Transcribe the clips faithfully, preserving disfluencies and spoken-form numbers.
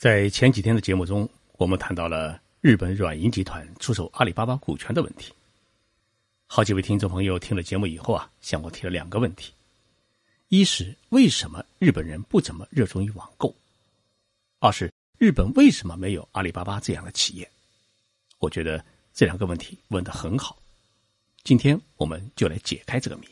在前几天的节目中，我们谈到了日本软银集团出售阿里巴巴股权的问题。好几位听众朋友听了节目以后啊，向我提了两个问题：一是为什么日本人不怎么热衷于网购？二是日本为什么没有阿里巴巴这样的企业？我觉得这两个问题问得很好，今天我们就来解开这个谜。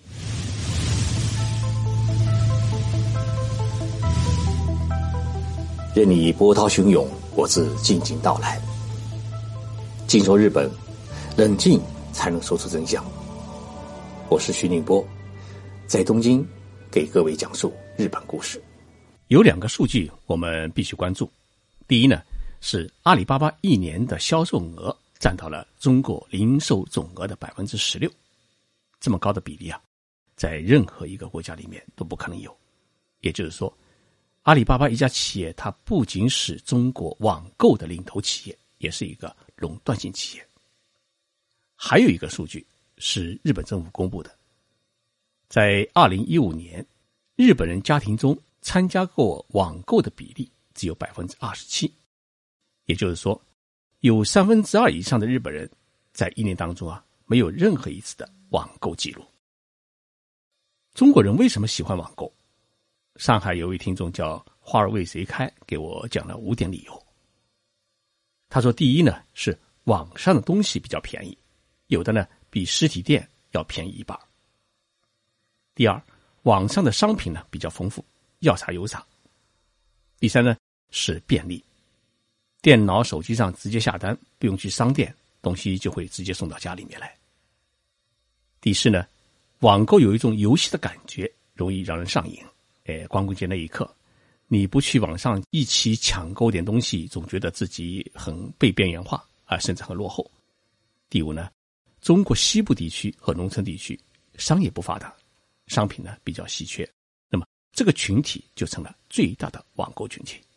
任你波涛汹涌，我自静静到来。静说日本，冷静才能说出真相。我是徐宁波，在东京给各位讲述日本故事。 有两个数据我们必须关注。第一呢，是阿里巴巴一年的销售额占到了中国零售总额的 百分之十六， 这么高的比例啊，在任何一个国家里面都不可能有。也就是说，阿里巴巴一家企业，它不仅是中国网购的领头企业，也是一个垄断性企业。还有一个数据是日本政府公布的，在二零一五年，日本人家庭中参加过网购的比例只有 百分之二十七， 也就是说，有三分之二以上的日本人在一年当中啊，没有任何一次的网购记录。中国人为什么喜欢网购？上海有一位听众叫花儿为谁开，给我讲了五点理由。他说，第一呢，是网上的东西比较便宜，有的呢比实体店要便宜一半。第二，网上的商品呢比较丰富，要啥有啥。第三呢，是便利，电脑手机上直接下单，不用去商店，东西就会直接送到家里面来。第四呢，网购有一种游戏的感觉，容易让人上瘾。哎，光棍节那一刻，你不去网上一起抢购点东西，总觉得自己很被边缘化啊，甚至很落后。第五呢，中国西部地区和农村地区商业不发达，商品呢比较稀缺，那么这个群体就成了最大的网购群体。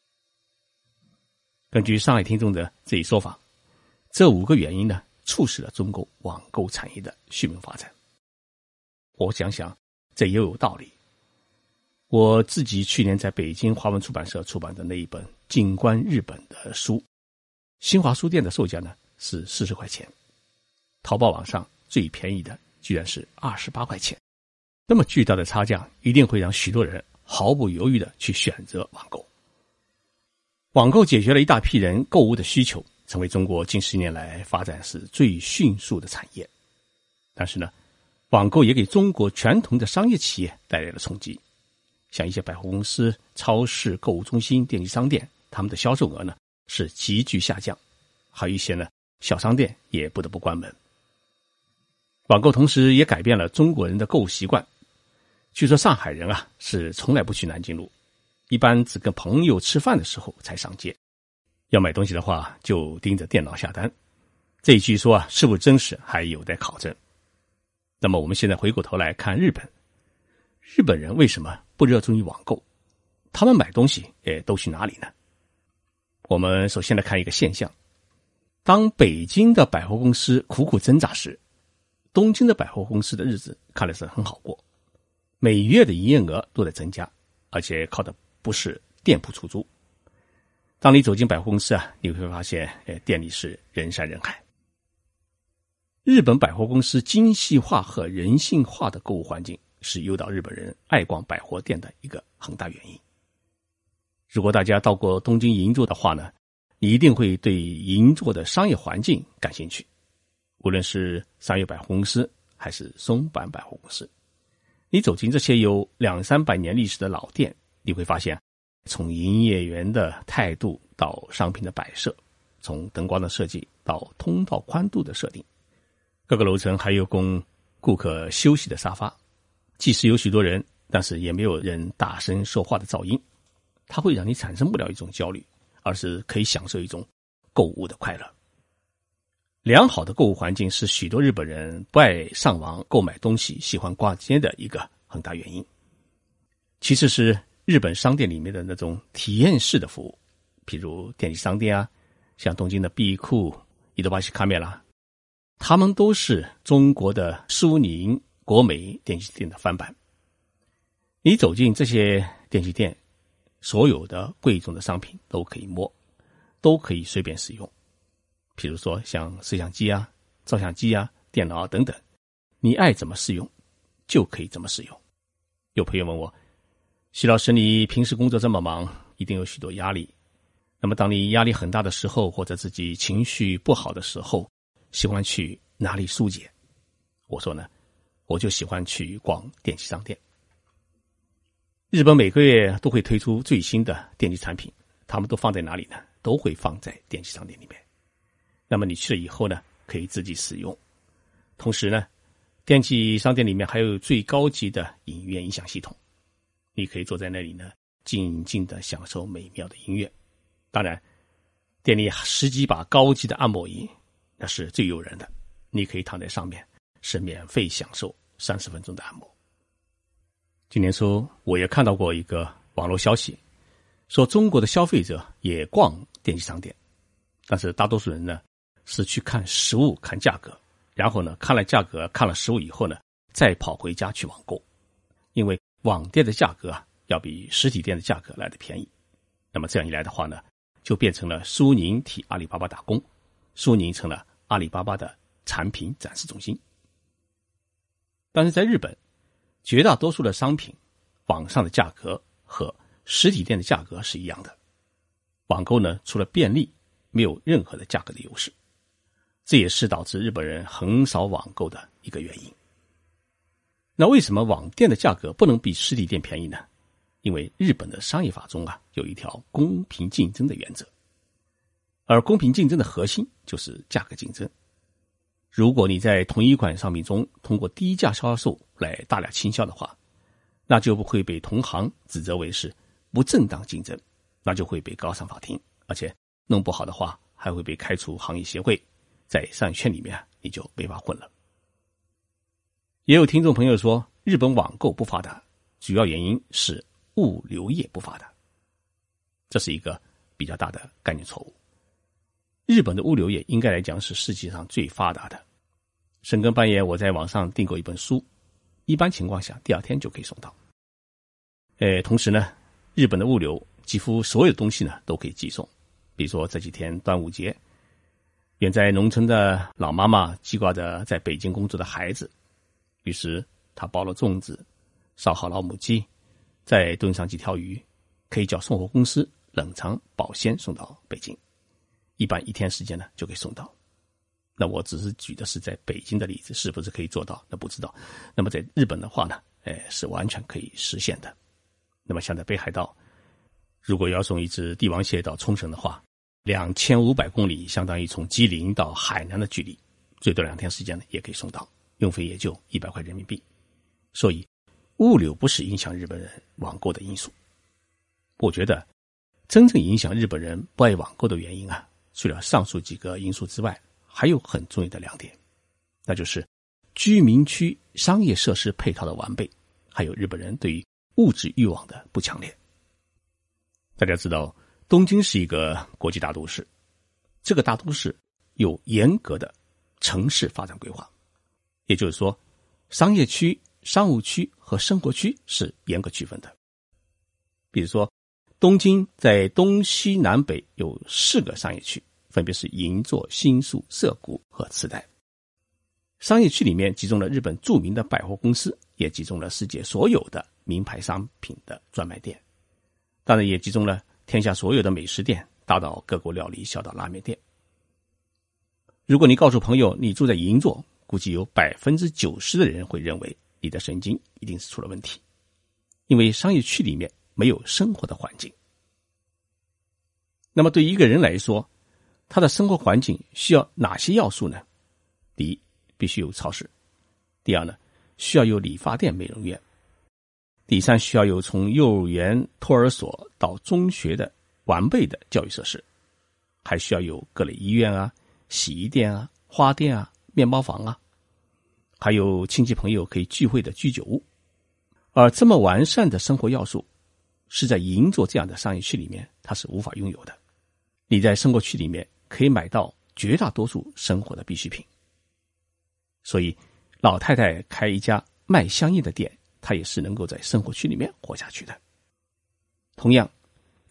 根据上海听众的这一说法，这五个原因呢，促使了中国网购产业的迅猛发展。我想想，这也有道理。我自己去年在北京华文出版社出版的那一本《静观日本》的书，新华书店的售价呢是四十块钱，淘宝网上最便宜的居然是二十八块钱。那么巨大的差价，一定会让许多人毫不犹豫地去选择网购。网购解决了一大批人购物的需求，成为中国近十年来发展是最迅速的产业。但是呢，网购也给中国传统的商业企业带来了冲击。像一些百货公司、超市、购物中心、电器商店，他们的销售额呢是急剧下降，还有一些呢小商店也不得不关门。网购同时也改变了中国人的购物习惯。据说上海人啊是从来不去南京路，一般只跟朋友吃饭的时候才上街。要买东西的话，就盯着电脑下单。这一据说啊是不是真实，还有待考证。那么我们现在回过头来看日本。日本人为什么不热衷于网购？他们买东西也都去哪里呢？我们首先来看一个现象。当北京的百货公司苦苦挣扎时，东京的百货公司的日子看来是很好过，每月的营业额都在增加，而且靠的不是店铺出租。当你走进百货公司啊，你会发现店里是人山人海。日本百货公司精细化和人性化的购物环境是诱导日本人爱逛百货店的一个很大原因。如果大家到过东京银座的话呢，你一定会对银座的商业环境感兴趣。无论是商业百货公司还是松坂百货公司，你走进这些有两三百年历史的老店，你会发现，从营业员的态度到商品的摆设，从灯光的设计到通道宽度的设定，各个楼层还有供顾客休息的沙发。即使有许多人，但是也没有人大声说话的噪音，它会让你产生不了一种焦虑，而是可以享受一种购物的快乐。良好的购物环境是许多日本人不爱上网购买东西，喜欢逛街的一个很大原因。其次是日本商店里面的那种体验式的服务，譬如电器商店啊，像东京的碧库、伊多巴西卡梅拉，他们都是中国的苏宁、国美电器店的翻版。你走进这些电器店， 所有的贵重的商品都可以摸，都可以随便使用。比如说像摄像机啊、照相机啊、电脑啊等等，你爱怎么使用就可以怎么使用。有朋友问我，徐老师，你平时工作这么忙，一定有许多压力，那么当你压力很大的时候，或者自己情绪不好的时候，喜欢去哪里疏解？我说呢，我就喜欢去逛电器商店。日本每个月都会推出最新的电器产品，他们都放在哪里呢？都会放在电器商店里面。那么你去了以后呢，可以自己使用。同时呢，电器商店里面还有最高级的影院音响系统，你可以坐在那里呢，静静的享受美妙的音乐。当然，店里十几把高级的按摩椅，那是最诱人的，你可以躺在上面，是免费享受三十分钟的按摩。今年初我也看到过一个网络消息，说中国的消费者也逛电器商店，但是大多数人呢是去看实物、看价格，然后呢看了价格、看了实物以后呢，再跑回家去网购，因为网店的价格啊要比实体店的价格来得便宜。那么这样一来的话呢，就变成了苏宁替阿里巴巴打工，苏宁成了阿里巴巴的产品展示中心。但是在日本，绝大多数的商品网上的价格和实体店的价格是一样的，网购呢除了便利，没有任何的价格的优势，这也是导致日本人很少网购的一个原因。那为什么网店的价格不能比实体店便宜呢？因为日本的商业法中啊有一条公平竞争的原则，而公平竞争的核心就是价格竞争。如果你在同一款商品中通过低价销售来大量倾销的话，那就不会被同行指责为是不正当竞争，那就会被告上法庭，而且弄不好的话还会被开除行业协会，在商业圈里面你就没法混了。也有听众朋友说，日本网购不发达，主要原因是物流业不发达，这是一个比较大的概念错误。日本的物流业应该来讲是世界上最发达的。深更半夜我在网上订购一本书，一般情况下第二天就可以送到。呃，同时呢，日本的物流几乎所有的东西呢都可以寄送。比如说这几天端午节，远在农村的老妈妈记挂着在北京工作的孩子，于是她包了粽子，烧好老母鸡，再炖上几条鱼，可以叫送货公司冷藏保鲜送到北京，一般一天时间呢就可以送到。那我只是举的是在北京的例子，是不是可以做到那不知道。那么在日本的话呢，哎，是完全可以实现的。那么像在北海道，如果要送一只帝王蟹到冲绳的话，两千五百公里相当于从吉林到海南的距离，最多两天时间呢也可以送到，用费也就一百块人民币。所以物流不是影响日本人网购的因素。我觉得真正影响日本人不爱网购的原因啊，除了上述几个因素之外，还有很重要的两点，那就是居民区商业设施配套的完备，还有日本人对于物质欲望的不强烈。大家知道，东京是一个国际大都市，这个大都市有严格的城市发展规划，也就是说，商业区、商务区和生活区是严格区分的。比如说，东京在东西南北有四个商业区，分别是银座、新宿、涩谷和池袋。商业区里面集中了日本著名的百货公司，也集中了世界所有的名牌商品的专卖店，当然也集中了天下所有的美食店，大到各国料理，小到拉面店。如果你告诉朋友你住在银座，估计有 百分之九十 的人会认为你的神经一定是出了问题，因为商业区里面没有生活的环境。那么对于一个人来说，他的生活环境需要哪些要素呢？第一，必须有超市；第二呢，需要有理发店、美容院；第三，需要有从幼儿园、托儿所到中学的完备的教育设施，还需要有各类医院啊、洗衣店啊、花店啊、面包房啊，还有亲戚朋友可以聚会的居酒屋。而这么完善的生活要素，是在银座这样的商业区里面它是无法拥有的。你在生活区里面可以买到绝大多数生活的必需品，所以老太太开一家卖香烟的店，她也是能够在生活区里面活下去的。同样，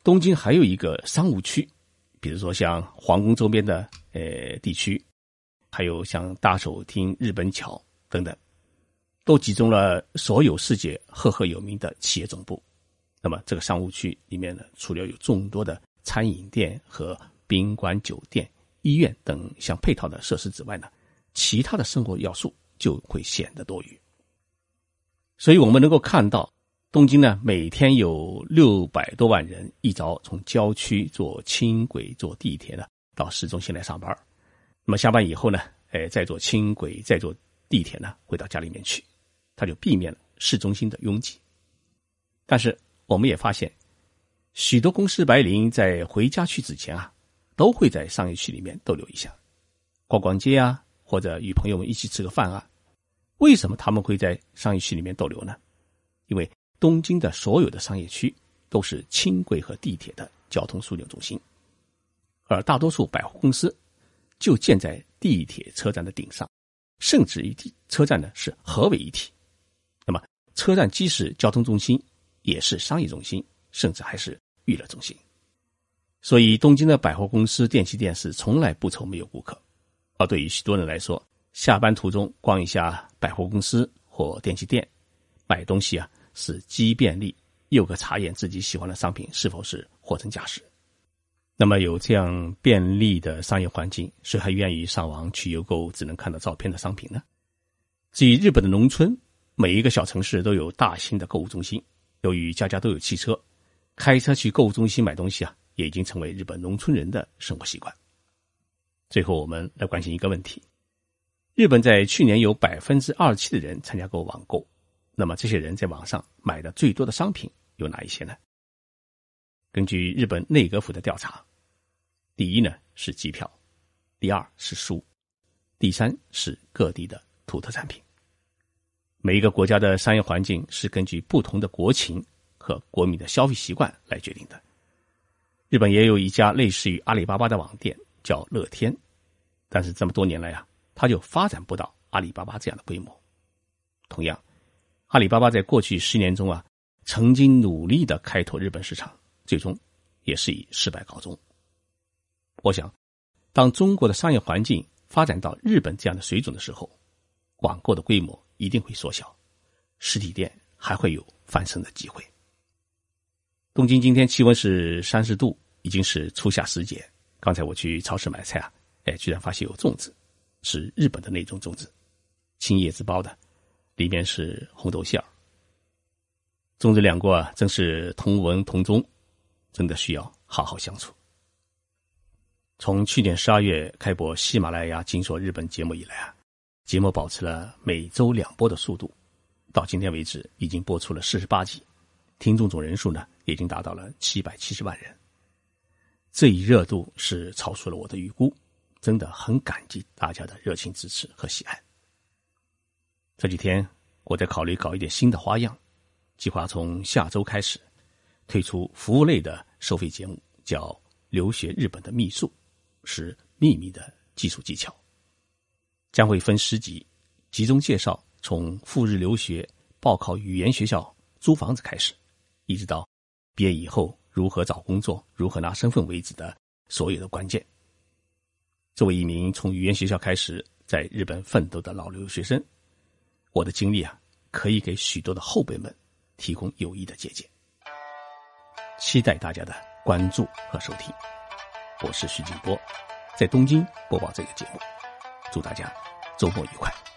东京还有一个商务区，比如说像皇宫周边的呃地区，还有像大手町、日本桥等等，都集中了所有世界赫赫有名的企业总部。那么这个商务区里面呢，除了有众多的餐饮店和宾馆、酒店、医院等相配套的设施之外呢，其他的生活要素就会显得多余。所以我们能够看到，东京呢每天有六百多万人一早从郊区坐轻轨、坐地铁呢到市中心来上班，那么下班以后呢，哎，再坐轻轨、再坐地铁呢回到家里面去，他就避免了市中心的拥挤。但是我们也发现，许多公司白领在回家去之前啊，都会在商业区里面逗留一下，逛逛街啊，或者与朋友们一起吃个饭啊。为什么他们会在商业区里面逗留呢？因为东京的所有的商业区都是轻轨和地铁的交通枢纽中心，而大多数百货公司就建在地铁车站的顶上，甚至于车站呢是合为一体。那么车站既是交通中心，也是商业中心，甚至还是娱乐中心。所以东京的百货公司、电器店是从来不愁没有顾客。而对于许多人来说，下班途中逛一下百货公司或电器店买东西啊，是既便利又可查验自己喜欢的商品是否是货真价实。那么有这样便利的商业环境，谁还愿意上网去邮购只能看到照片的商品呢？至于日本的农村，每一个小城市都有大型的购物中心，由于家家都有汽车，开车去购物中心买东西啊，也已经成为日本农村人的生活习惯。最后我们来关心一个问题，日本在去年有 百分之二十七 的人参加过网购，那么这些人在网上买的最多的商品有哪一些呢？根据日本内阁府的调查，第一呢是机票，第二是书，第三是各地的土特产品。每一个国家的商业环境是根据不同的国情和国民的消费习惯来决定的。日本也有一家类似于阿里巴巴的网店叫乐天，但是这么多年来啊，它就发展不到阿里巴巴这样的规模。同样，阿里巴巴在过去十年中啊，曾经努力的开拓日本市场，最终也是以失败告终。我想，当中国的商业环境发展到日本这样的水准的时候，网购的规模一定会缩小，实体店还会有翻身的机会。东京今天气温是三十度，已经是初夏时节。刚才我去超市买菜啊，哎，居然发现有粽子，是日本的那种粽子，青叶子包的，里面是红豆馅儿。中日两国啊，真是同文同宗，真的需要好好相处。从去年十二月开播喜马拉雅金说日本节目以来啊，节目保持了每周两播的速度，到今天为止已经播出了四十八集，听众总人数呢已经达到了七百七十万人。这一热度是超出了我的预估，真的很感激大家的热情支持和喜爱。这几天我在考虑搞一点新的花样，计划从下周开始推出服务类的收费节目，叫留学日本的秘术，是秘密的技术技巧。将会分十集，集中介绍从赴日留学、报考语言学校、租房子开始，一直到毕业以后如何找工作、如何拿身份为止的所有的关键。作为一名从语言学校开始在日本奋斗的老留学生，我的经历啊，可以给许多的后辈们提供有益的借鉴。期待大家的关注和收听。我是徐景波，在东京播报这个节目。祝大家周末愉快。